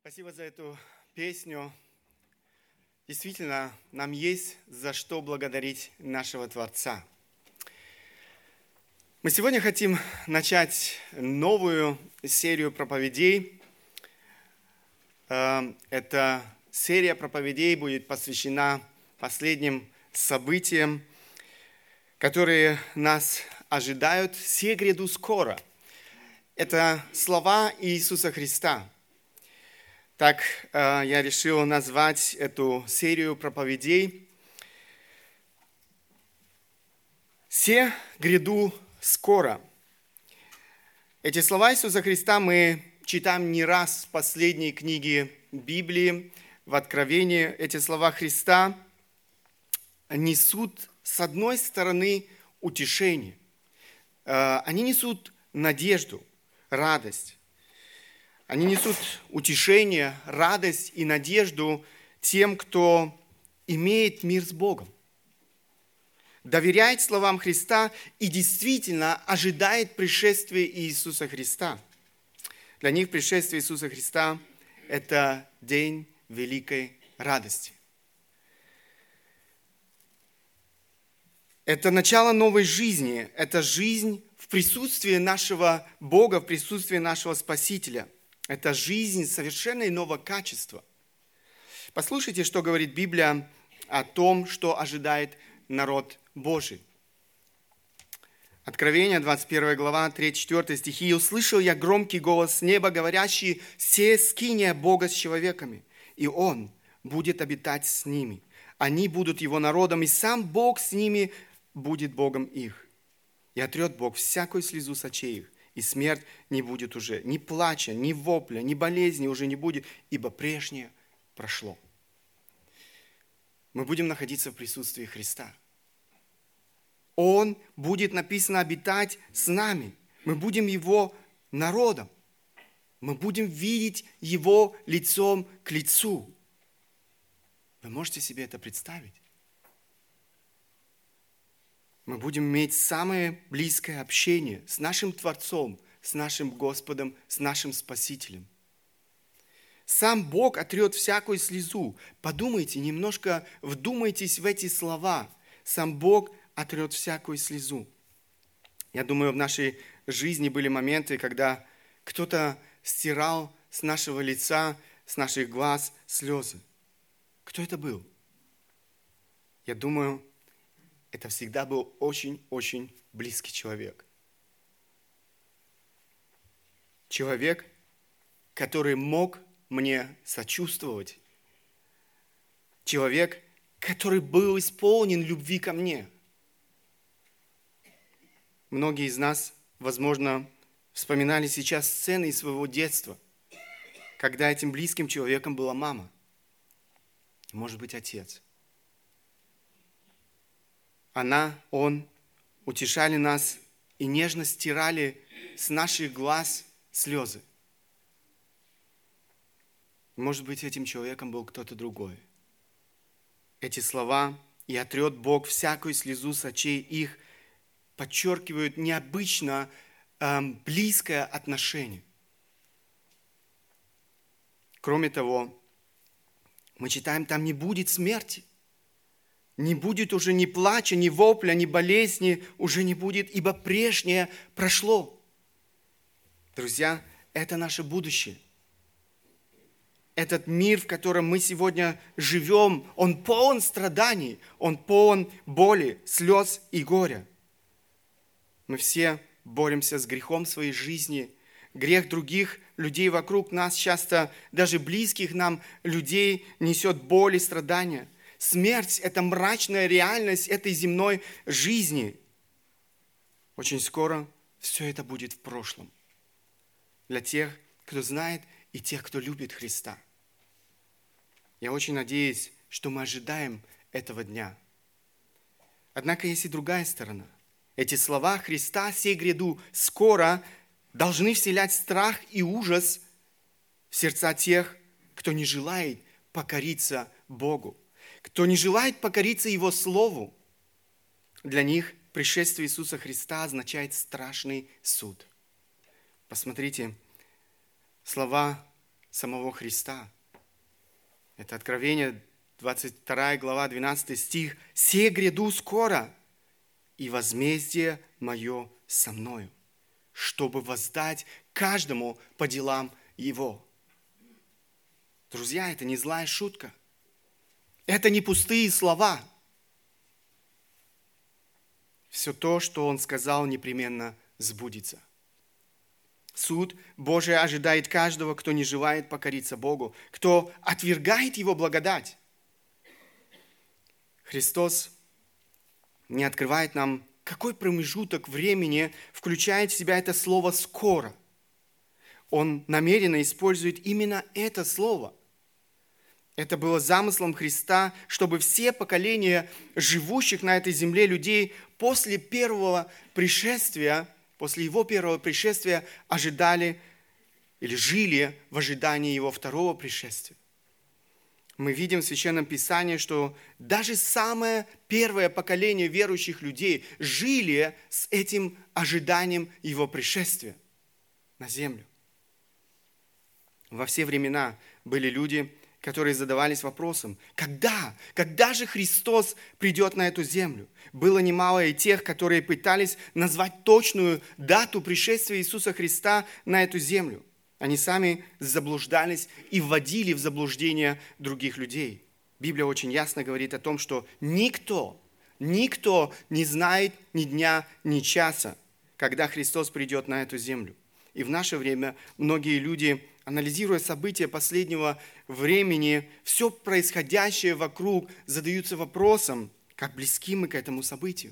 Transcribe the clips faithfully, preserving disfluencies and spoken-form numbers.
Спасибо за эту песню. Действительно, нам есть за что благодарить нашего Творца. Мы сегодня хотим начать новую серию проповедей. Эта серия проповедей будет посвящена последним событиям, которые нас ожидают. «Се гряду скоро». Это слова Иисуса Христа. Так э, я решил назвать эту серию проповедей «Се гряду скоро». Эти слова Иисуса Христа мы читаем не раз в последней книге Библии, в Откровении. Эти слова Христа несут, с одной стороны, утешение. Э, они несут надежду, радость. Они несут утешение, радость и надежду тем, кто имеет мир с Богом, доверяет словам Христа и действительно ожидает пришествия Иисуса Христа. Для них пришествие Иисуса Христа – это день великой радости. Это начало новой жизни, это жизнь в присутствии нашего Бога, в присутствии нашего Спасителя. Это жизнь совершенно иного качества. Послушайте, что говорит Библия о том, что ожидает народ Божий. Откровение, двадцать первая глава, три-четыре стихи. «И услышал я громкий голос с неба, говорящий: се скиния Бога с человеками, и Он будет обитать с ними. Они будут Его народом, и сам Бог с ними будет Богом их. И отрет Бог всякую слезу с очей их, и смерть не будет уже, ни плача, ни вопля, ни болезни уже не будет, ибо прежнее прошло». Мы будем находиться в присутствии Христа. Он будет, написано, обитать с нами. Мы будем Его народом. Мы будем видеть Его лицом к лицу. Вы можете себе это представить? Мы будем иметь самое близкое общение с нашим Творцом, с нашим Господом, с нашим Спасителем. Сам Бог отрет всякую слезу. Подумайте, немножко вдумайтесь в эти слова. Сам Бог отрет всякую слезу. Я думаю, в нашей жизни были моменты, когда кто-то стирал с нашего лица, с наших глаз слезы. Кто это был? Я думаю, это всегда был очень-очень близкий человек. Человек, который мог мне сочувствовать. Человек, который был исполнен любви ко мне. Многие из нас, возможно, вспоминали сейчас сцены из своего детства, когда этим близким человеком была мама, может быть, отец. Она, он утешали нас и нежно стирали с наших глаз слезы. Может быть, этим человеком был кто-то другой. Эти слова «и отрет Бог всякую слезу с очей их» подчеркивают необычно эм, близкое отношение. Кроме того, мы читаем, там не будет смерти. Не будет уже ни плача, ни вопля, ни болезни, уже не будет, ибо прежнее прошло. Друзья, это наше будущее. Этот мир, в котором мы сегодня живем, он полон страданий, он полон боли, слез и горя. Мы все боремся с грехом своей жизни. Грех других людей вокруг нас, часто даже близких нам людей, несет боль и страдания. Смерть – это мрачная реальность этой земной жизни. Очень скоро все это будет в прошлом. Для тех, кто знает, и тех, кто любит Христа. Я очень надеюсь, что мы ожидаем этого дня. Однако есть и другая сторона. Эти слова Христа «се гряду скоро» должны вселять страх и ужас в сердца тех, кто не желает покориться Богу, кто не желает покориться Его Слову. Для них пришествие Иисуса Христа означает страшный суд. Посмотрите, слова самого Христа. Это Откровение, двадцать вторая глава, двенадцатый стих. «Се гряду скоро, и возмездие мое со мною, чтобы воздать каждому по делам его». Друзья, это не злая шутка. Это не пустые слова. Все то, что Он сказал, непременно сбудется. Суд Божий ожидает каждого, кто не желает покориться Богу, кто отвергает Его благодать. Христос не открывает нам, какой промежуток времени включает в себя это слово «скоро». Он намеренно использует именно это слово. Это было замыслом Христа, чтобы все поколения живущих на этой земле людей после первого пришествия, после Его первого пришествия ожидали или жили в ожидании Его второго пришествия. Мы видим в Священном Писании, что даже самое первое поколение верующих людей жили с этим ожиданием Его пришествия на землю. Во все времена были люди, которые задавались вопросом, когда, когда же Христос придет на эту землю? Было немало и тех, которые пытались назвать точную дату пришествия Иисуса Христа на эту землю. Они сами заблуждались и вводили в заблуждение других людей. Библия очень ясно говорит о том, что никто, никто не знает ни дня, ни часа, когда Христос придет на эту землю. И в наше время многие люди, анализируя события последнего времени, все происходящее вокруг, задаются вопросом, как близки мы к этому событию.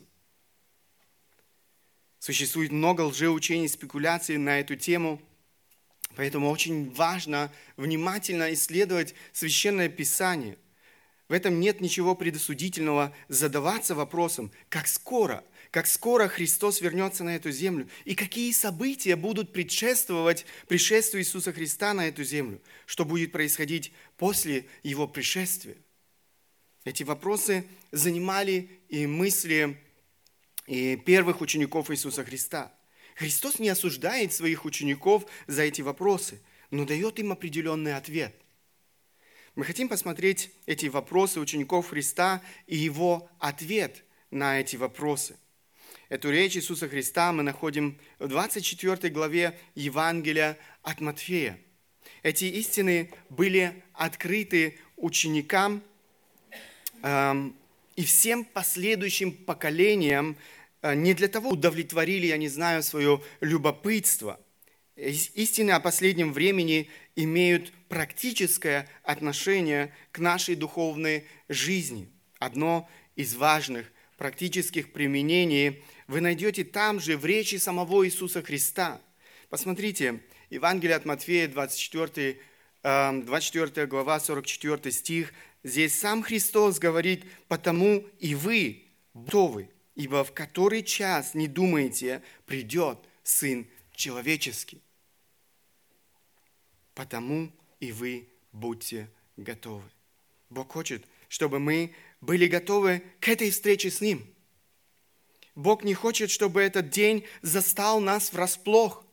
Существует много лжеучений, спекуляций на эту тему, поэтому очень важно внимательно исследовать Священное Писание. В этом нет ничего предосудительного задаваться вопросом, как скоро, как скоро Христос вернется на эту землю и какие события будут предшествовать пришествию Иисуса Христа на эту землю, что будет происходить после Его пришествия. Эти вопросы занимали и мысли и первых учеников Иисуса Христа. Христос не осуждает своих учеников за эти вопросы, но дает им определенный ответ. Мы хотим посмотреть эти вопросы учеников Христа и Его ответ на эти вопросы. Эту речь Иисуса Христа мы находим в двадцать четвёртой главе Евангелия от Матфея. Эти истины были открыты ученикам эм, и всем последующим поколениям э, не для того, удовлетворили, я не знаю, свое любопытство. Истины о последнем времени имеют практическое отношение к нашей духовной жизни. Одно из важных практических применений вы найдете там же в речи самого Иисуса Христа. Посмотрите, Евангелие от Матфея, двадцать четвёртая, двадцать четвёртая глава, сорок четвёртый стих. Здесь сам Христос говорит: «Потому и вы готовы, ибо в который час, не думаете, придет Сын Человеческий. Потому и вы будьте готовы». Бог хочет, чтобы мы были готовы к этой встрече с Ним. Бог не хочет, чтобы этот день застал нас врасплох.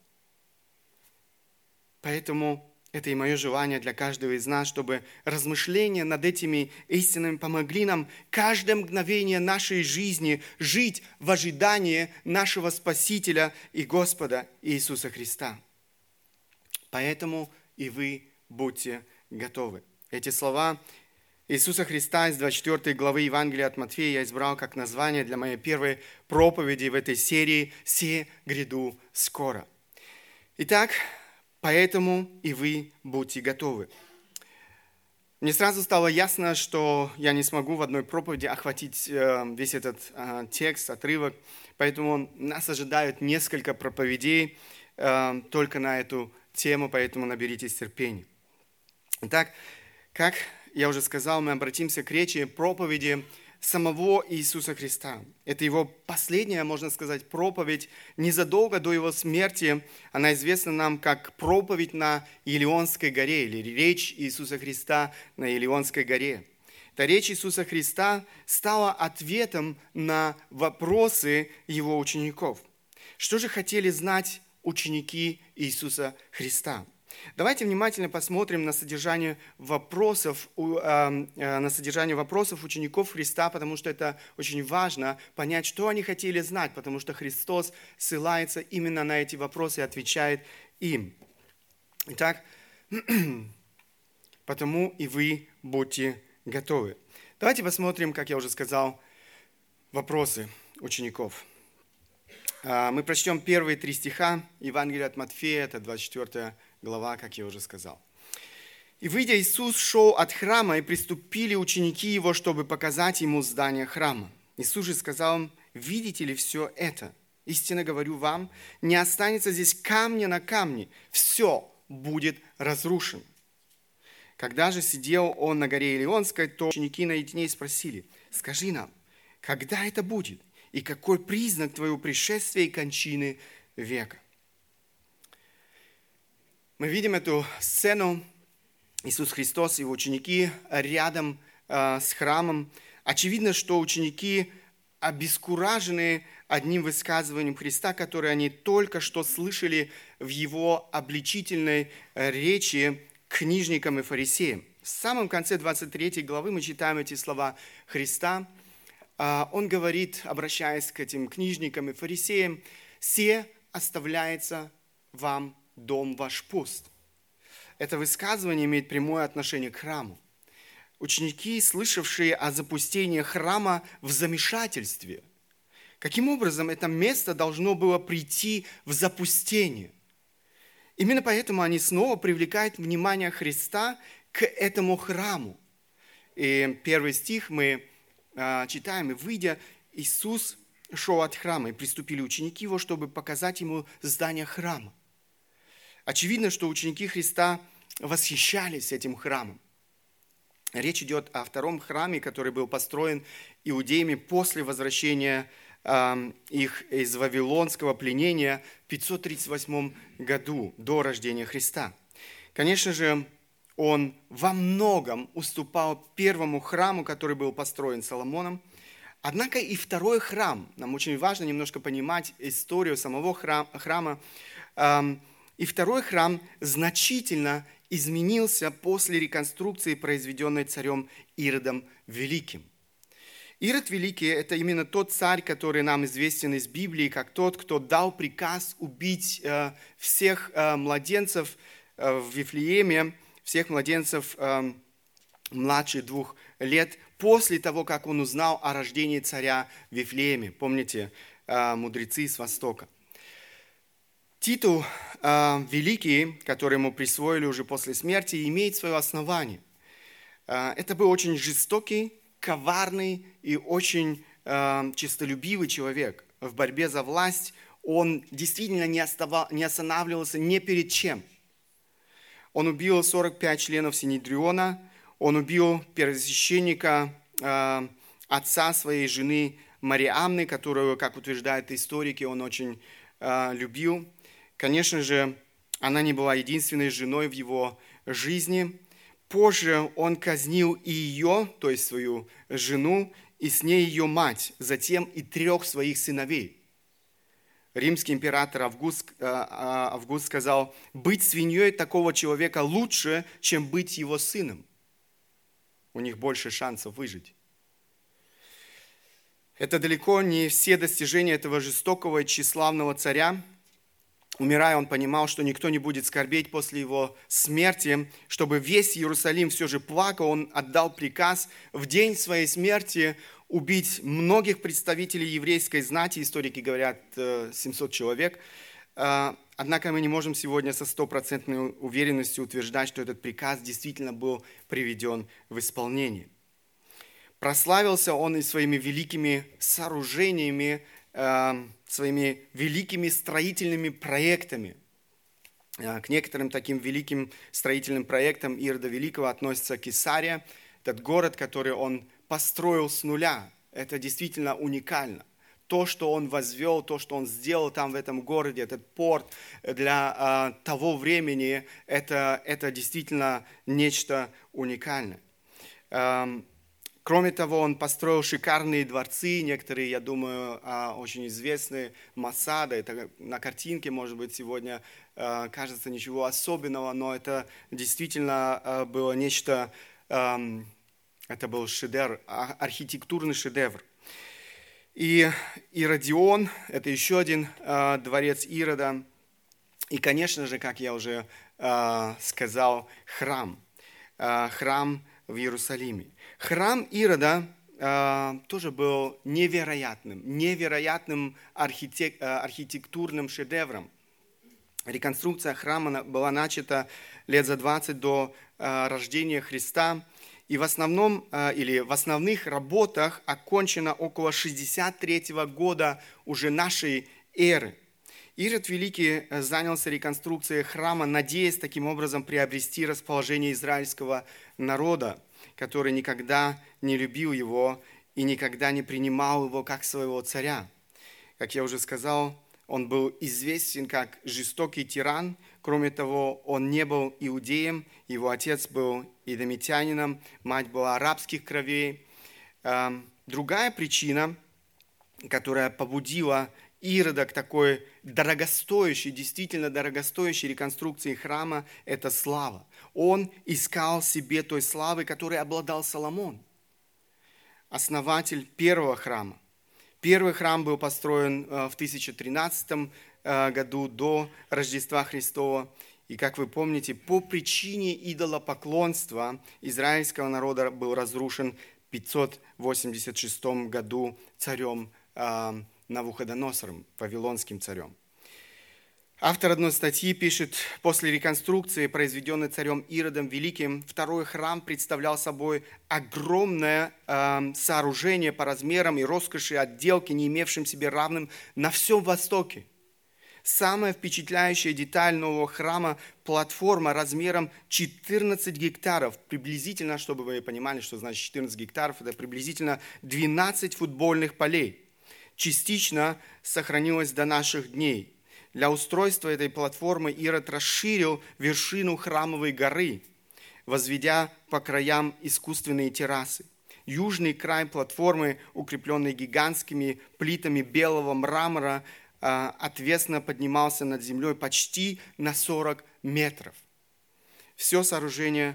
Поэтому это и мое желание для каждого из нас, чтобы размышления над этими истинами помогли нам каждое мгновение нашей жизни жить в ожидании нашего Спасителя и Господа Иисуса Христа. Поэтому и вы будьте готовы. Эти слова Иисуса Христа из двадцать четвёртой главы Евангелия от Матфея я избрал как название для моей первой проповеди в этой серии «Се гряду скоро». Итак, поэтому и вы будьте готовы. Мне сразу стало ясно, что я не смогу в одной проповеди охватить весь этот текст, отрывок, поэтому нас ожидают несколько проповедей только на эту тему, поэтому наберитесь терпения. Итак, как я уже сказал, мы обратимся к речи проповеди самого Иисуса Христа. Это Его последняя, можно сказать, проповедь незадолго до Его смерти. Она известна нам как проповедь на Елеонской горе или речь Иисуса Христа на Елеонской горе. Эта речь Иисуса Христа стала ответом на вопросы Его учеников. Что же хотели знать ученики Иисуса Христа? Давайте внимательно посмотрим на содержание вопросов, на содержание вопросов учеников Христа, потому что это очень важно понять, что они хотели знать, потому что Христос ссылается именно на эти вопросы и отвечает им. Итак, потому и вы будьте готовы. Давайте посмотрим, как я уже сказал, вопросы учеников. Мы прочтем первые три стиха Евангелия от Матфея, это двадцать четвёртая глава, как я уже сказал. «И, выйдя, Иисус шел от храма, и приступили ученики его, чтобы показать ему здание храма. Иисус же сказал им: видите ли все это? Истинно говорю вам, не останется здесь камня на камне, все будет разрушено». Когда же сидел он на горе Илионской, то ученики наедине спросили: «Скажи нам, когда это будет? И какой признак твоего пришествия и кончины века?» Мы видим эту сцену. Иисус Христос и его ученики рядом э, с храмом. Очевидно, что ученики обескуражены одним высказыванием Христа, которое они только что слышали в его обличительной речи к книжникам и фарисеям. В самом конце двадцать третьей главы мы читаем эти слова Христа. Он говорит, обращаясь к этим книжникам и фарисеям: «Се оставляется вам дом ваш пуст». Это высказывание имеет прямое отношение к храму. Ученики, слышавшие о запустении храма, в замешательстве. Каким образом это место должно было прийти в запустение? Именно поэтому они снова привлекают внимание Христа к этому храму. И первый стих мы читаем: «И, выйдя, Иисус шел от храма, и приступили ученики его, чтобы показать ему здание храма». Очевидно, что ученики Христа восхищались этим храмом. Речь идет о втором храме, который был построен иудеями после возвращения э, их из вавилонского пленения в пятьсот тридцать восьмом году, до рождения Христа. Конечно же, он во многом уступал первому храму, который был построен Соломоном. Однако и второй храм, нам очень важно немножко понимать историю самого храма, и второй храм значительно изменился после реконструкции, произведенной царем Иродом Великим. Ирод Великий – это именно тот царь, который нам известен из Библии, как тот, кто дал приказ убить всех младенцев в Вифлееме, всех младенцев э, младше двух лет, после того, как он узнал о рождении царя в Вифлееме. Помните, э, мудрецы с Востока. Титул э, «Великий», который ему присвоили уже после смерти, имеет свое основание. Э, это был очень жестокий, коварный и очень э, честолюбивый человек. В борьбе за власть он действительно не, оставал, не останавливался ни перед чем. Он убил сорок пять членов Синедриона, он убил первосвященника, э, отца своей жены Мариамны, которую, как утверждают историки, он очень э, любил. Конечно же, она не была единственной женой в его жизни. Позже он казнил и ее, то есть свою жену, и с ней ее мать, затем и трех своих сыновей. Римский император Август, Август сказал: «Быть свиньей такого человека лучше, чем быть его сыном. У них больше шансов выжить». Это далеко не все достижения этого жестокого и тщеславного царя. Умирая, он понимал, что никто не будет скорбеть после его смерти. Чтобы весь Иерусалим все же плакал, он отдал приказ в день своей смерти убить многих представителей еврейской знати, историки говорят семьсот человек. Однако мы не можем сегодня со стопроцентной уверенностью утверждать, что этот приказ действительно был приведен в исполнение. Прославился он и своими великими сооружениями, своими великими строительными проектами. К некоторым таким великим строительным проектам Ирода Великого относится Кесария, этот город, который он построил с нуля. Это действительно уникально. То, что он возвел, то, что он сделал там в этом городе, этот порт для э, того времени, это, это действительно нечто уникальное. Эм, Кроме того, он построил шикарные дворцы, некоторые, я думаю, очень известные, Масада, это на картинке, может быть, сегодня кажется ничего особенного, но это действительно было нечто, это был шедевр, архитектурный шедевр. И Иродион, это еще один дворец Ирода, и, конечно же, как я уже сказал, храм, храм в Иерусалиме. Храм Ирода э, тоже был невероятным, невероятным архитек, архитектурным шедевром. Реконструкция храма была начата лет за двадцать до э, рождения Христа, и в основном, э, или в основных работах окончена около шестьдесят третьего года уже нашей эры. Ирод Великий занялся реконструкцией храма, надеясь таким образом приобрести расположение израильского народа, который никогда не любил его и никогда не принимал его как своего царя. Как я уже сказал, он был известен как жестокий тиран. Кроме того, он не был иудеем, его отец был идомитянином, мать была арабских кровей. Другая причина, которая побудила Ирода к такой дорогостоящей, действительно дорогостоящей реконструкции храма, это слава. Он искал себе той славы, которой обладал Соломон, основатель первого храма. Первый храм был построен в тысяча тринадцатом году до Рождества Христова. И, как вы помните, по причине идолопоклонства израильского народа был разрушен в пятьсот восемьдесят шестом году царем Навуходоносором, вавилонским царем. Автор одной статьи пишет: после реконструкции, произведенной царем Иродом Великим, второй храм представлял собой огромное э, сооружение по размерам и роскоши отделки, не имевшим себе равным на всем Востоке. Самая впечатляющая деталь нового храма – платформа размером четырнадцать гектаров. Приблизительно, чтобы вы понимали, что значит четырнадцать гектаров, это приблизительно двенадцать футбольных полей. Частично сохранилась до наших дней. Для устройства этой платформы Ирод расширил вершину храмовой горы, возведя по краям искусственные террасы. Южный край платформы, укрепленный гигантскими плитами белого мрамора, отвесно поднимался над землей почти на сорок метров. Все сооружение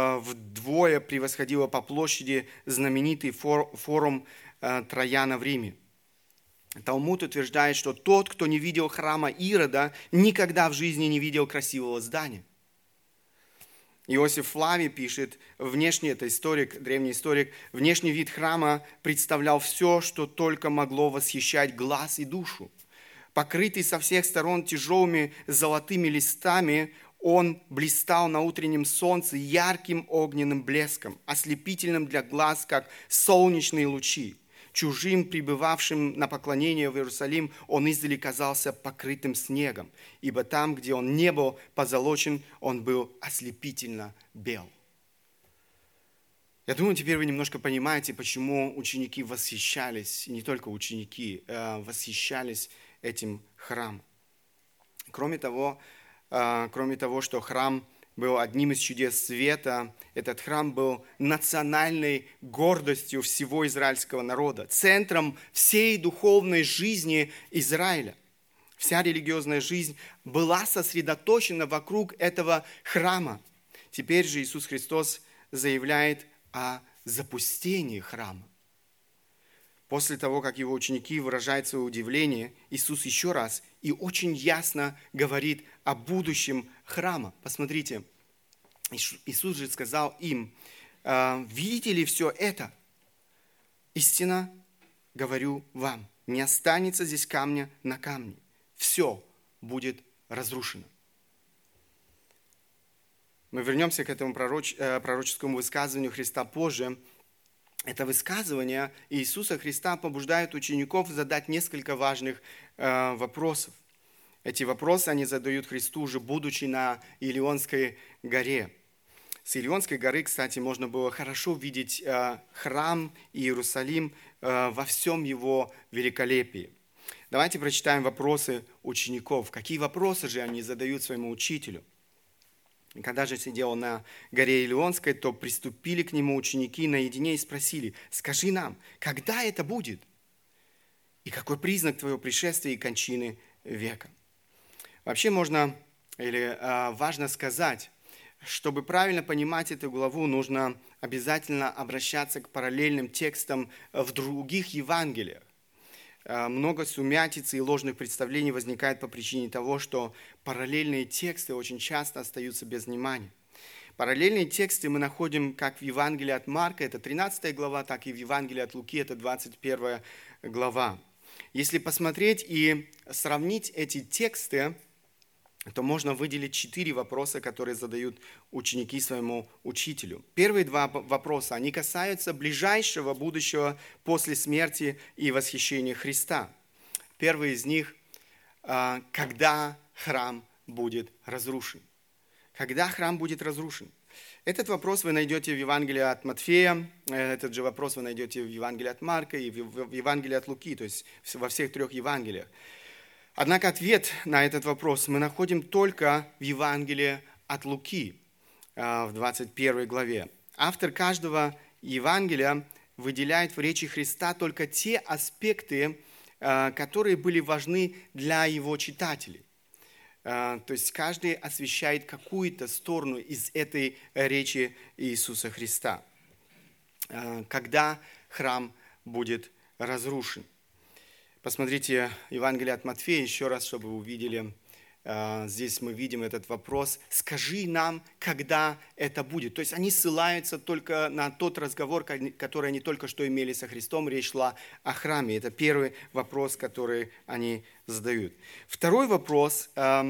вдвое превосходило по площади знаменитый форум Трояна в Риме. Талмуд утверждает, что тот, кто не видел храма Ирода, никогда в жизни не видел красивого здания. Иосиф Флавий пишет, внешне, это историк, древний историк, внешний вид храма представлял все, что только могло восхищать глаз и душу. Покрытый со всех сторон тяжелыми золотыми листами, он блистал на утреннем солнце ярким огненным блеском, ослепительным для глаз, как солнечные лучи. Чужим, прибывавшим на поклонение в Иерусалим, он издали казался покрытым снегом, ибо там, где он не был позолочен, он был ослепительно бел. Я думаю, теперь вы немножко понимаете, почему ученики восхищались, и не только ученики, восхищались этим храмом. Кроме того, кроме того, что храм был одним из чудес света, этот храм был национальной гордостью всего израильского народа, центром всей духовной жизни Израиля. Вся религиозная жизнь была сосредоточена вокруг этого храма. Теперь же Иисус Христос заявляет о запустении храма. После того, как его ученики выражают свое удивление, Иисус еще раз и очень ясно говорит о будущем храма. Посмотрите, Иисус же сказал им: «Видите ли все это? Истинно говорю вам, не останется здесь камня на камне. Все будет разрушено». Мы вернемся к этому пророч, пророческому высказыванию Христа позже. Это высказывание Иисуса Христа побуждает учеников задать несколько важных э, вопросов. Эти вопросы они задают Христу, уже будучи на Илионской горе. С Илионской горы, кстати, можно было хорошо видеть э, храм Иерусалим э, во всем его великолепии. Давайте прочитаем вопросы учеников. Какие вопросы же они задают своему учителю? Когда же сидел на горе Илионской, то приступили к нему ученики наедине и спросили: «Скажи нам, когда это будет? И какой признак твоего пришествия и кончины века?» Вообще можно или а, важно сказать, чтобы правильно понимать эту главу, нужно обязательно обращаться к параллельным текстам в других Евангелиях. Много сумятицы и ложных представлений возникает по причине того, что параллельные тексты очень часто остаются без внимания. Параллельные тексты мы находим как в Евангелии от Марка, это тринадцатая глава, так и в Евангелии от Луки, это двадцать первая глава. Если посмотреть и сравнить эти тексты, то можно выделить четыре вопроса, которые задают ученики своему учителю. Первые два вопроса, они касаются ближайшего будущего после смерти и восхищения Христа. Первый из них, когда храм будет разрушен. Когда храм будет разрушен? Этот вопрос вы найдете в Евангелии от Матфея, этот же вопрос вы найдете в Евангелии от Марка и в Евангелии от Луки, то есть во всех трех Евангелиях. Однако ответ на этот вопрос мы находим только в Евангелии от Луки, в двадцать первой главе. Автор каждого Евангелия выделяет в речи Христа только те аспекты, которые были важны для его читателей. То есть каждый освещает какую-то сторону из этой речи Иисуса Христа. Когда храм будет разрушен. Посмотрите Евангелие от Матфея еще раз, чтобы вы увидели. Здесь мы видим этот вопрос. «Скажи нам, когда это будет». То есть они ссылаются только на тот разговор, который они только что имели со Христом. Речь шла о храме. Это первый вопрос, который они задают. Второй вопрос.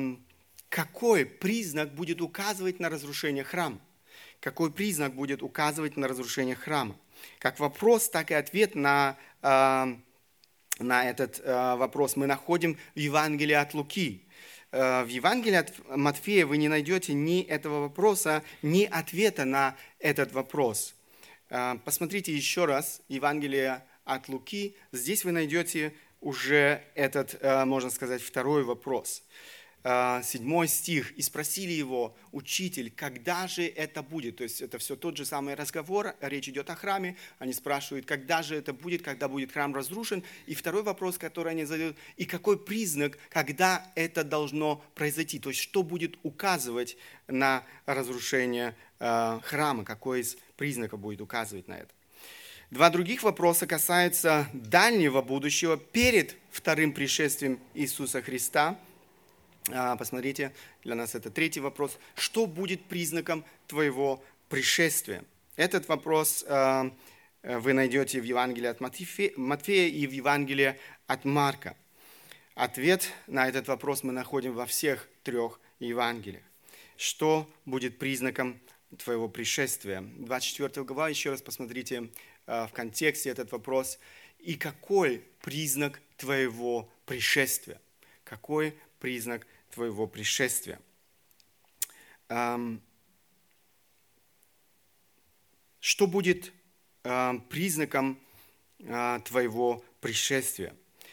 Какой признак будет указывать на разрушение храма? Какой признак будет указывать на разрушение храма? Как вопрос, так и ответ на, на этот вопрос мы находим в Евангелии от Луки. В Евангелии от Матфея вы не найдете ни этого вопроса, ни ответа на этот вопрос. Посмотрите еще раз Евангелие от Луки. Здесь вы найдете уже этот, можно сказать, второй вопрос. Седьмой стих. «И спросили его: учитель, когда же это будет?» То есть это все тот же самый разговор, речь идет о храме. Они спрашивают, когда же это будет, когда будет храм разрушен. И второй вопрос, который они задают: и какой признак, когда это должно произойти? То есть что будет указывать на разрушение э, храма, какой из признаков будет указывать на это? Два других вопроса касаются дальнего будущего перед вторым пришествием Иисуса Христа. Посмотрите, для нас это третий вопрос. Что будет признаком твоего пришествия? Этот вопрос вы найдете в Евангелии от Матфея и в Евангелии от Марка. Ответ на этот вопрос мы находим во всех трех Евангелиях. Что будет признаком твоего пришествия? двадцать четвёртая глава, еще раз посмотрите в контексте этот вопрос. И какой признак твоего пришествия? Какой признак твоего пришествия? Что будет признаком твоего пришествия?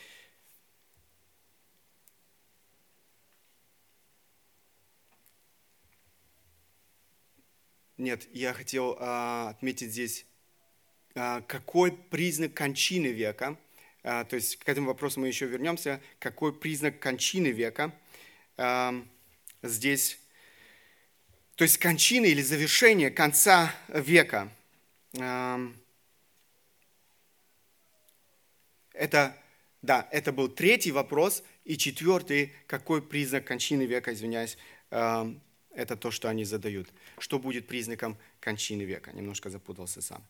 Нет, я хотел отметить здесь, какой признак кончины века. То есть к этому вопросу мы еще вернемся. Какой признак кончины века? Здесь, то есть кончины или завершение конца века. Это, да, это был третий вопрос. И четвертый, какой признак кончины века, извиняюсь, это то, что они задают. Что будет признаком кончины века? Немножко запутался сам.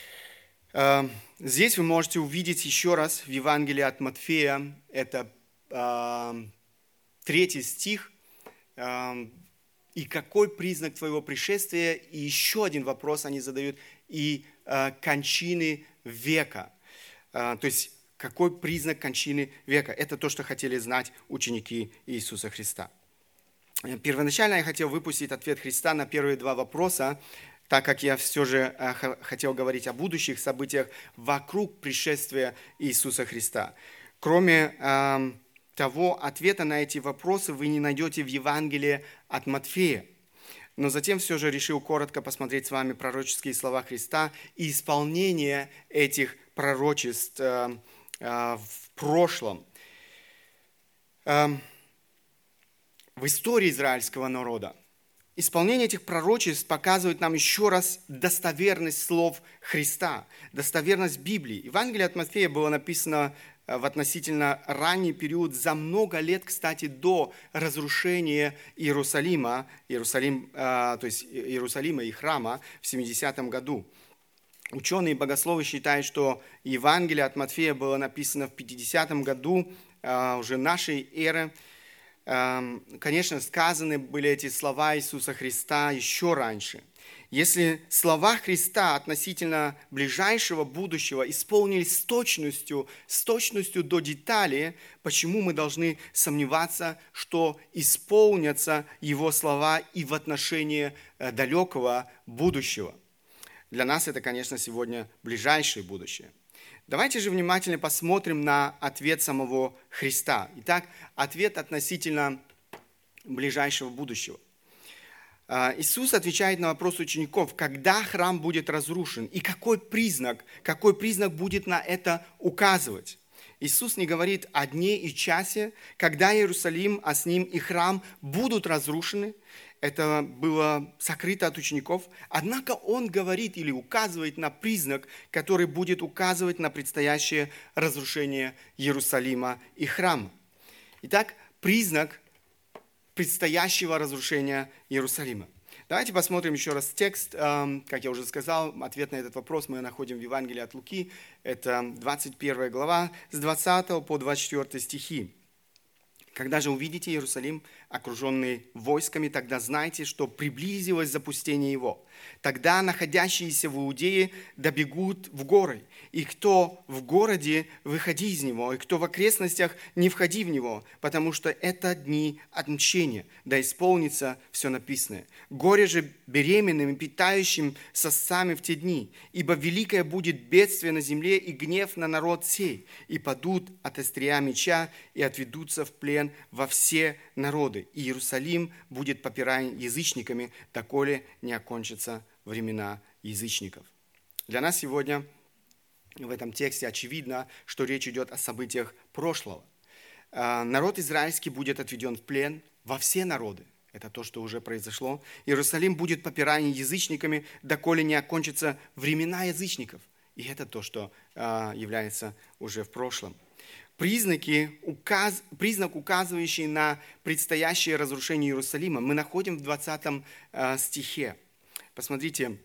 Здесь вы можете увидеть еще раз в Евангелии от Матфея, это э, третий стих, э, и какой признак твоего пришествия, и еще один вопрос они задают, и э, кончины века. Э, то есть, какой признак кончины века? Это то, что хотели знать ученики Иисуса Христа. Первоначально я хотел выпустить ответ Христа на первые два вопроса, так как я все же хотел говорить о будущих событиях вокруг пришествия Иисуса Христа. Кроме э, того, ответа на эти вопросы вы не найдете в Евангелии от Матфея. но затем все же решил коротко посмотреть с вами пророческие слова Христа и исполнение этих пророчеств э, э, в прошлом. Э, в истории израильского народа. Исполнение этих пророчеств показывает нам еще раз достоверность слов Христа, достоверность Библии. Евангелие от Матфея было написано в относительно ранний период, за много лет, кстати, до разрушения Иерусалима, Иерусалим, то есть Иерусалима и храма в семидесятом году. Ученые и богословы считают, что Евангелие от Матфея было написано в пятидесятом году уже нашей эры. Конечно, сказаны были эти слова Иисуса Христа еще раньше. Если слова Христа относительно ближайшего будущего исполнились с точностью, с точностью до детали, почему мы должны сомневаться, что исполнятся Его слова и в отношении далекого будущего? Для нас это, конечно, сегодня ближайшее будущее. Давайте же внимательно посмотрим на ответ самого Христа. Итак, ответ относительно ближайшего будущего. Иисус отвечает на вопрос учеников, когда храм будет разрушен и какой признак, какой признак будет на это указывать. Иисус не говорит о дне и часе, когда Иерусалим, а с ним и храм будут разрушены. Это было сокрыто от учеников. Однако Он говорит или указывает на признак, который будет указывать на предстоящее разрушение Иерусалима и храма. Итак, признак предстоящего разрушения Иерусалима. Давайте посмотрим еще раз текст. Как я уже сказал, ответ на этот вопрос мы находим в Евангелии от Луки. Это двадцать первая глава, с двадцатого по двадцать четвёртый стихи. «Когда же увидите Иерусалим, окруженный войсками, тогда знайте, что приблизилось запустение его. Тогда находящиеся в Иудее добегут в горы, и кто в городе, выходи из него, и кто в окрестностях, не входи в него, потому что это дни отмщения, да исполнится все написанное. Горе же беременным и питающим сосцами в те дни, ибо великое будет бедствие на земле и гнев на народ сей, и падут от острия меча и отведутся в плен во все народы, и Иерусалим будет попираем язычниками, доколе не окончатся времена язычников». Для нас сегодня в этом тексте очевидно, что речь идет о событиях прошлого. Народ израильский будет отведен в плен во все народы. Это то, что уже произошло. Иерусалим будет попираем язычниками, доколе не окончатся времена язычников. И это то, что является уже в прошлом. Признаки, указ, признак, указывающий на предстоящее разрушение Иерусалима, мы находим в двадцатом э, стихе. Посмотрите,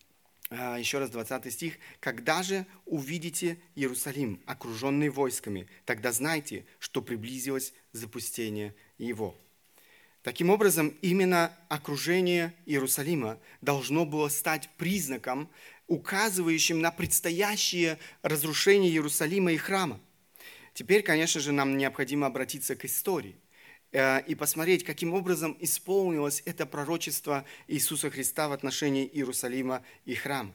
э, еще раз двадцатый стих. «Когда же увидите Иерусалим, окруженный войсками, тогда знайте, что приблизилось запустение его». Таким образом, именно окружение Иерусалима должно было стать признаком, указывающим на предстоящее разрушение Иерусалима и храма. Теперь, конечно же, нам необходимо обратиться к истории э, и посмотреть, каким образом исполнилось это пророчество Иисуса Христа в отношении Иерусалима и храма.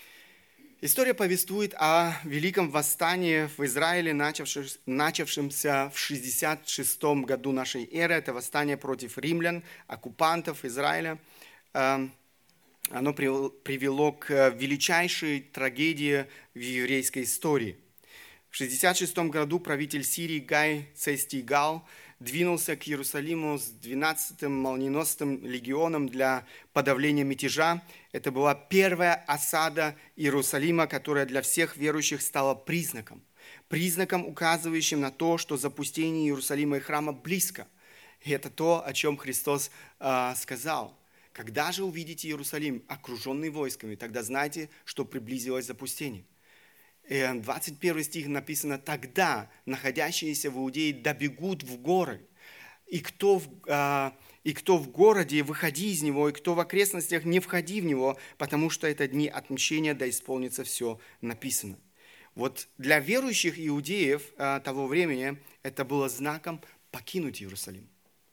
История повествует о великом восстании в Израиле, начавшемся в шестьдесят шестом году нашей эры. Это восстание против римлян, оккупантов Израиля. Э, оно привело к величайшей трагедии в еврейской истории. В шестьдесят шестом году правитель Сирии Гай Цестигал двинулся к Иерусалиму с двенадцатым молниеносным легионом для подавления мятежа. Это была первая осада Иерусалима, которая для всех верующих стала признаком. Признаком, указывающим на то, что запустение Иерусалима и храма близко. И это то, о чем Христос э, сказал. «Когда же увидите Иерусалим, окруженный войсками, тогда знайте, что приблизилось запустение». двадцать первый стих написано: «Тогда находящиеся в Иудее добегут в горы, и кто в, а, и кто в городе, выходи из него, и кто в окрестностях, не входи в него, потому что это дни отмщения, да исполнится все написано». Вот для верующих иудеев а, того времени это было знаком покинуть Иерусалим.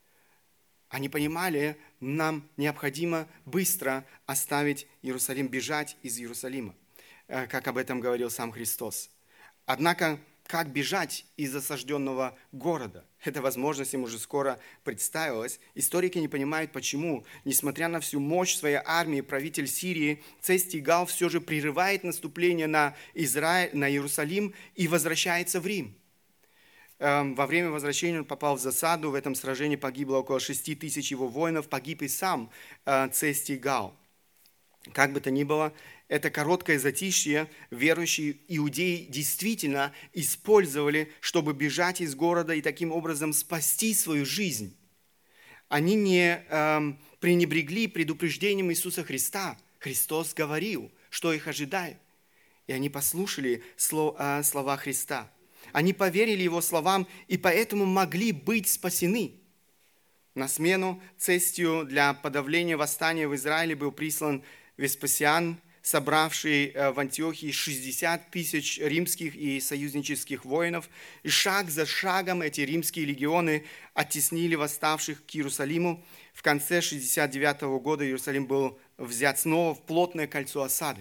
Они понимали, нам необходимо быстро оставить Иерусалим, бежать из Иерусалима, как об этом говорил сам Христос. Однако как бежать из осажденного города. Эта возможность им уже скоро представилась. Историки не понимают, почему, несмотря на всю мощь своей армии, правитель Сирии Цестигал все же прерывает наступление на Израиль, на Иерусалим и возвращается в Рим. Во время возвращения он попал в засаду. В этом сражении погибло около шести тысяч его воинов. Погиб и сам Цестигал. Как бы то ни было, это короткое затишье верующие иудеи действительно использовали, чтобы бежать из города и таким образом спасти свою жизнь. Они не эм, пренебрегли предупреждением Иисуса Христа. Христос говорил, что их ожидает. И они послушали слов, э, слова Христа. Они поверили Его словам и поэтому могли быть спасены. На смену Цестию для подавления восстания в Израиле был прислан Веспасиан, собравший в Антиохии шестьдесят тысяч римских и союзнических воинов. И шаг за шагом эти римские легионы оттеснили восставших к Иерусалиму. В конце шестьдесят девятого года Иерусалим был взят снова в плотное кольцо осады.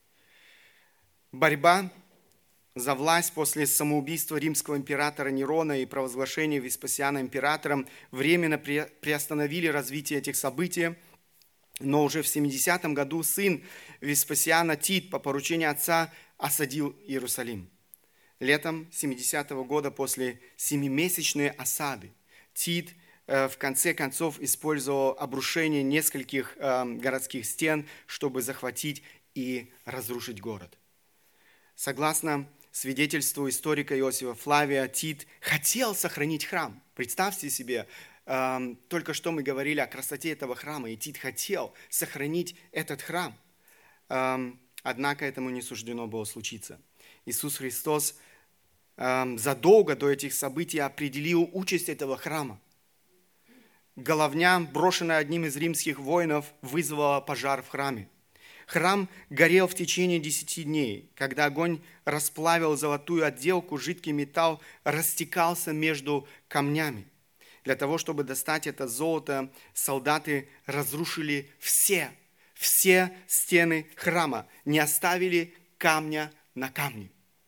Борьба за власть после самоубийства римского императора Нерона и провозглашения Веспасиана императором временно приостановили развитие этих событий. Но уже в семидесятом году сын Веспасиана Тит по поручению отца осадил Иерусалим. Летом семидесятого года после семимесячной осады Тит э, в конце концов использовал обрушение нескольких э, городских стен, чтобы захватить и разрушить город. Согласно свидетельству историка Иосифа Флавия, Тит хотел сохранить храм. Представьте себе, только что мы говорили о красоте этого храма, и Тит хотел сохранить этот храм. Однако этому не суждено было случиться. Иисус Христос задолго до этих событий определил участь этого храма. Головня, брошенная одним из римских воинов, вызвала пожар в храме. Храм горел в течение десяти дней. Когда огонь расплавил золотую отделку, жидкий металл растекался между камнями. Для того, чтобы достать это золото, солдаты разрушили все, все стены храма, не оставили камня на камне.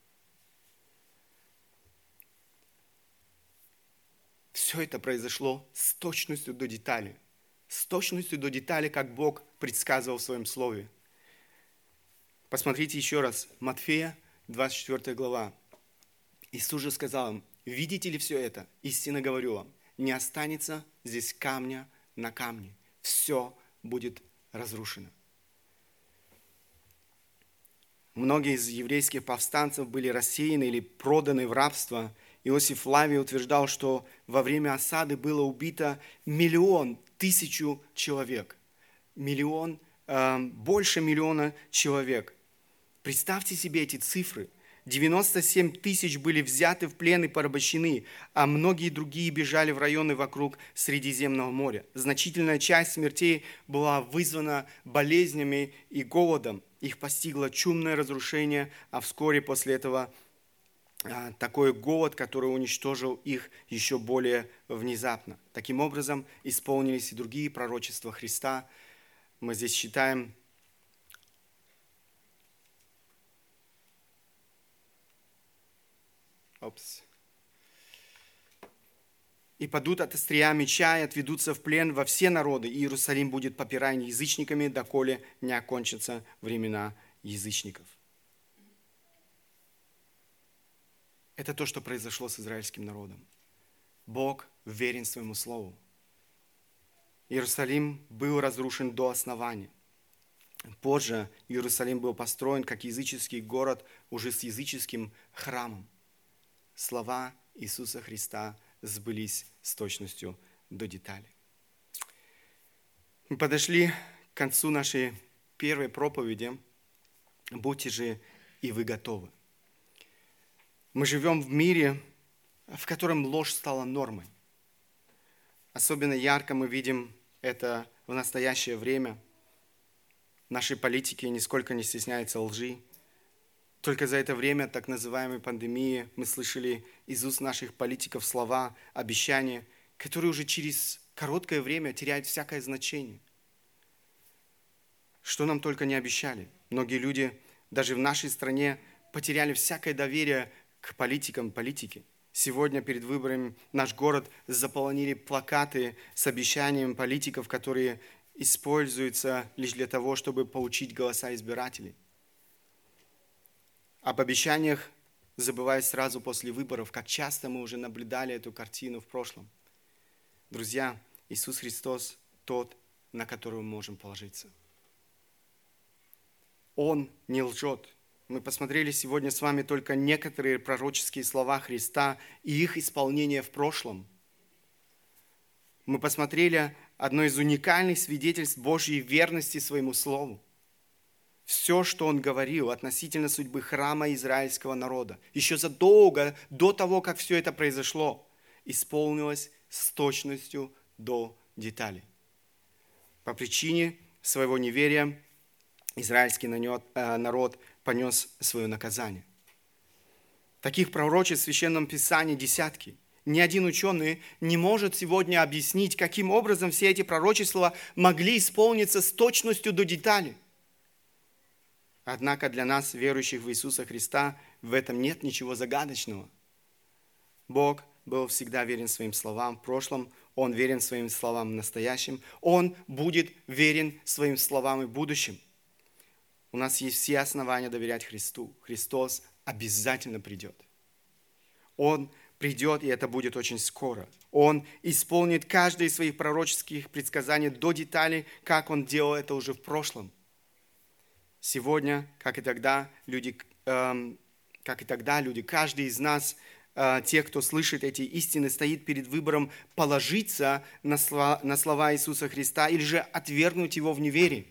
Все это произошло с точностью до детали. С точностью до детали, как Бог предсказывал в Своем Слове. Посмотрите еще раз. Матфея, двадцать четвёртая глава. Иисус же сказал им: «Видите ли все это? Истинно говорю вам, не останется здесь камня на камне. Все будет разрушено». Многие из еврейских повстанцев были рассеяны или проданы в рабство. Иосиф Флавий утверждал, что во время осады было убито миллион, тысячу человек. Миллион, э, больше миллиона человек. Представьте себе эти цифры. девяносто семь тысяч были взяты в плен и порабощены, а многие другие бежали в районы вокруг Средиземного моря. Значительная часть смертей была вызвана болезнями и голодом. Их постигло чумное разрушение, а вскоре после этого а, такой голод, который уничтожил их еще более внезапно. Таким образом, исполнились и другие пророчества Христа. Мы здесь читаем: Опс. «И падут от острия меча, и отведутся в плен во все народы, и Иерусалим будет попираем язычниками, доколе не окончатся времена язычников». Это то, что произошло с израильским народом. Бог верен своему слову. Иерусалим был разрушен до основания. Позже Иерусалим был построен как языческий город уже с языческим храмом. Слова Иисуса Христа сбылись с точностью до деталей. Мы подошли к концу нашей первой проповеди. Будьте же и вы готовы. Мы живем в мире, в котором ложь стала нормой. Особенно ярко мы видим это в настоящее время. Наши политики нисколько не стесняются лжи. Только за это время так называемой пандемии мы слышали из уст наших политиков слова, обещания, которые уже через короткое время теряют всякое значение. Что нам только не обещали. Многие люди даже в нашей стране потеряли всякое доверие к политикам политики. Сегодня перед выборами наш город заполонили плакаты с обещанием политиков, которые используются лишь для того, чтобы получить голоса избирателей. Об обещаниях забывают сразу после выборов, как часто мы уже наблюдали эту картину в прошлом. Друзья, Иисус Христос тот, на которого мы можем положиться. Он не лжет. Мы посмотрели сегодня с вами только некоторые пророческие слова Христа и их исполнение в прошлом. Мы посмотрели одно из уникальных свидетельств Божьей верности своему Слову. Все, что Он говорил относительно судьбы храма израильского народа, еще задолго до того, как все это произошло, исполнилось с точностью до деталей. По причине своего неверия израильский народ понес свое наказание. Таких пророчеств в Священном Писании десятки. Ни один ученый не может сегодня объяснить, каким образом все эти пророчества могли исполниться с точностью до деталей. Однако для нас, верующих в Иисуса Христа, в этом нет ничего загадочного. Бог был всегда верен своим словам в прошлом, Он верен своим словам в настоящем, Он будет верен своим словам и в будущем. У нас есть все основания доверять Христу. Христос обязательно придет. Он придет, и это будет очень скоро. Он исполнит каждое из своих пророческих предсказаний до деталей, как Он делал это уже в прошлом. Сегодня, как и тогда, люди, э, как и тогда, люди, каждый из нас, э, те, кто слышит эти истины, стоит перед выбором положиться на слова, на слова Иисуса Христа или же отвергнуть Его в неверии.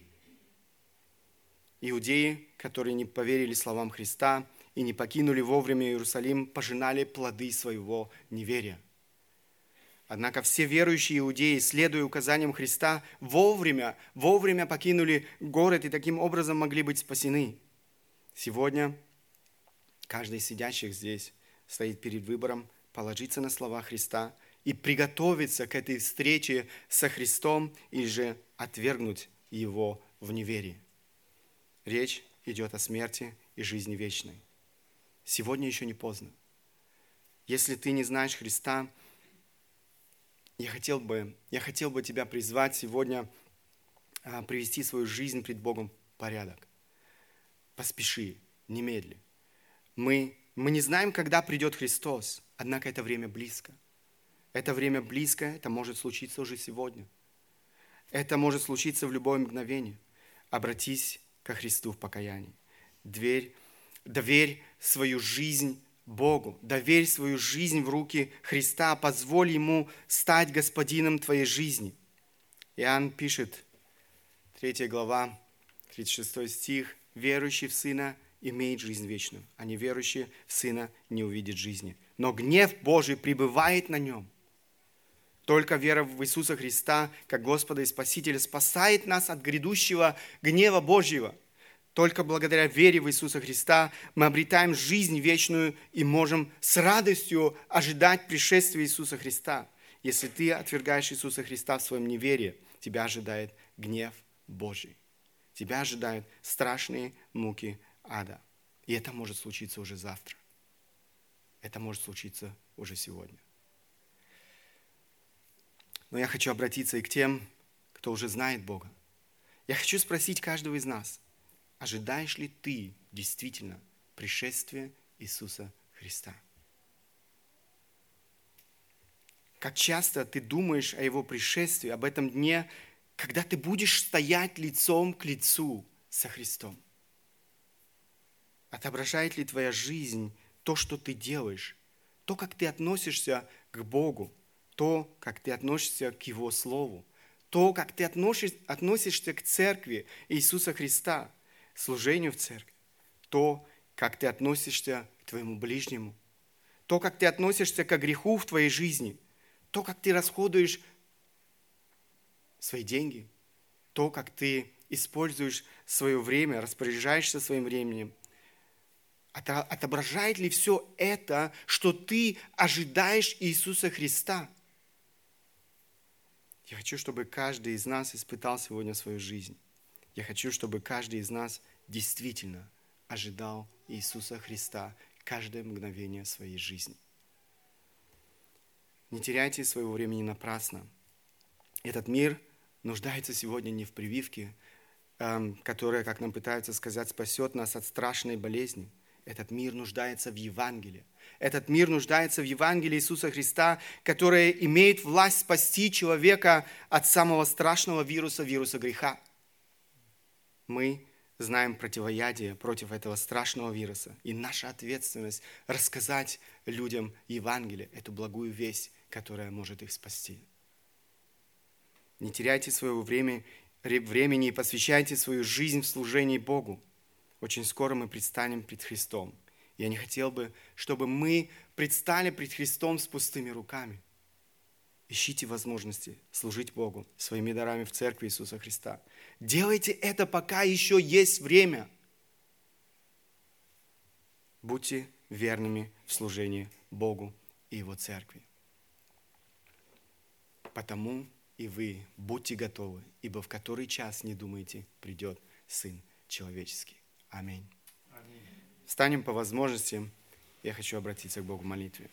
Иудеи, которые не поверили словам Христа и не покинули вовремя Иерусалим, пожинали плоды своего неверия. Однако все верующие иудеи, следуя указаниям Христа, вовремя, вовремя покинули город и таким образом могли быть спасены. Сегодня каждый из сидящих здесь стоит перед выбором положиться на слова Христа и приготовиться к этой встрече со Христом или же отвергнуть Его в неверии. Речь идет о смерти и жизни вечной. Сегодня еще не поздно. Если ты не знаешь Христа, я хотел бы, я хотел бы тебя призвать сегодня а, привести свою жизнь пред Богом в порядок. Поспеши, немедли. Мы, мы не знаем, когда придет Христос, однако это время близко. Это время близко, это может случиться уже сегодня. Это может случиться в любое мгновение. Обратись ко Христу в покаянии. Дверь, доверь свою жизнь Богу. Доверь свою жизнь в руки Христа. Позволь Ему стать господином твоей жизни. Иоанн пишет, третья глава, тридцать шестой стих. Верующий в Сына имеет жизнь вечную, а неверующий в Сына не увидит жизни. Но гнев Божий пребывает на нем. Только вера в Иисуса Христа, как Господа и Спасителя, спасает нас от грядущего гнева Божьего. Только благодаря вере в Иисуса Христа мы обретаем жизнь вечную и можем с радостью ожидать пришествия Иисуса Христа. Если ты отвергаешь Иисуса Христа в своем неверии, тебя ожидает гнев Божий. Тебя ожидают страшные муки ада. И это может случиться уже завтра. Это может случиться уже сегодня. Но я хочу обратиться и к тем, кто уже знает Бога. Я хочу спросить каждого из нас, ожидаешь ли ты действительно пришествия Иисуса Христа? Как часто ты думаешь о Его пришествии, об этом дне, когда ты будешь стоять лицом к лицу со Христом? Отображает ли твоя жизнь то, что ты делаешь, то, как ты относишься к Богу, то, как ты относишься к Его Слову, то, как ты относишь, относишься к церкви Иисуса Христа, служению в церкви, то, как ты относишься к твоему ближнему, то, как ты относишься к греху в твоей жизни, то, как ты расходуешь свои деньги, то, как ты используешь свое время, распоряжаешься своим временем, отображает ли все это, что ты ожидаешь Иисуса Христа? Я хочу, чтобы каждый из нас испытал сегодня свою жизнь. Я хочу, чтобы каждый из нас действительно ожидал Иисуса Христа каждое мгновение своей жизни. Не теряйте своего времени напрасно. Этот мир нуждается сегодня не в прививке, эм, которая, как нам пытаются сказать, спасет нас от страшной болезни. Этот мир нуждается в Евангелии. Этот мир нуждается в Евангелии Иисуса Христа, которое имеет власть спасти человека от самого страшного вируса, вируса греха. Мы знаем противоядие против этого страшного вируса. И наша ответственность рассказать людям Евангелие, эту благую весть, которая может их спасти. Не теряйте своего времени, времени и посвящайте свою жизнь в служении Богу. Очень скоро мы предстанем пред Христом. Я не хотел бы, чтобы мы предстали пред Христом с пустыми руками. Ищите возможности служить Богу своими дарами в церкви Иисуса Христа. Делайте это, пока еще есть время. Будьте верными в служении Богу и Его церкви. Потому и вы будьте готовы, ибо в который час, не думайте, придет Сын Человеческий. Аминь. Аминь. Встанем по возможности. Я хочу обратиться к Богу в молитве.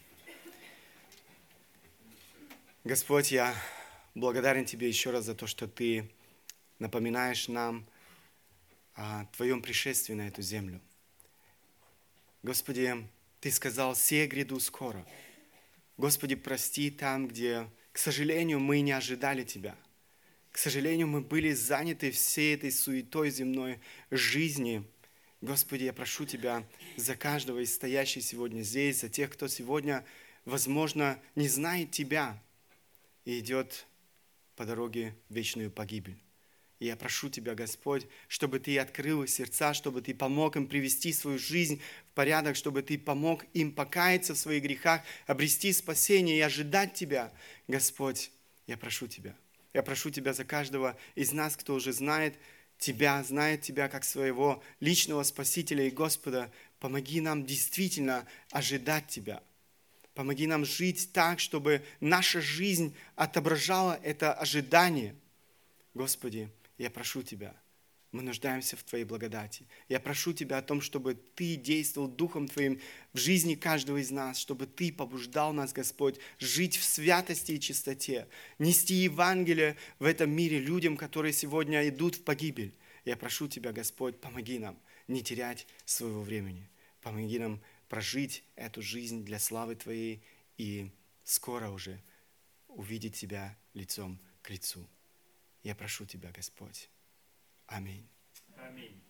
Господь, я благодарен Тебе еще раз за то, что Ты напоминаешь нам о Твоем пришествии на эту землю. Господи, Ты сказал, «Се гряду скоро». Господи, прости там, где, к сожалению, мы не ожидали Тебя. К сожалению, мы были заняты всей этой суетой земной жизни. Господи, я прошу Тебя за каждого из стоящих сегодня здесь, за тех, кто сегодня, возможно, не знает Тебя и идет по дороге в вечную погибель. И я прошу Тебя, Господь, чтобы Ты открыл их сердца, чтобы Ты помог им привести свою жизнь в порядок, чтобы Ты помог им покаяться в своих грехах, обрести спасение и ожидать Тебя. Господь, я прошу Тебя. Я прошу Тебя за каждого из нас, кто уже знает Тебя, знает Тебя как своего личного Спасителя и Господа. Помоги нам действительно ожидать Тебя. Помоги нам жить так, чтобы наша жизнь отображала это ожидание. Господи, я прошу Тебя, мы нуждаемся в Твоей благодати. Я прошу Тебя о том, чтобы Ты действовал Духом Твоим в жизни каждого из нас, чтобы Ты побуждал нас, Господь, жить в святости и чистоте, нести Евангелие в этом мире людям, которые сегодня идут в погибель. Я прошу Тебя, Господь, помоги нам не терять своего времени. Помоги нам прожить эту жизнь для славы Твоей и скоро уже увидеть Тебя лицом к лицу. Я прошу Тебя, Господь. Аминь. Аминь.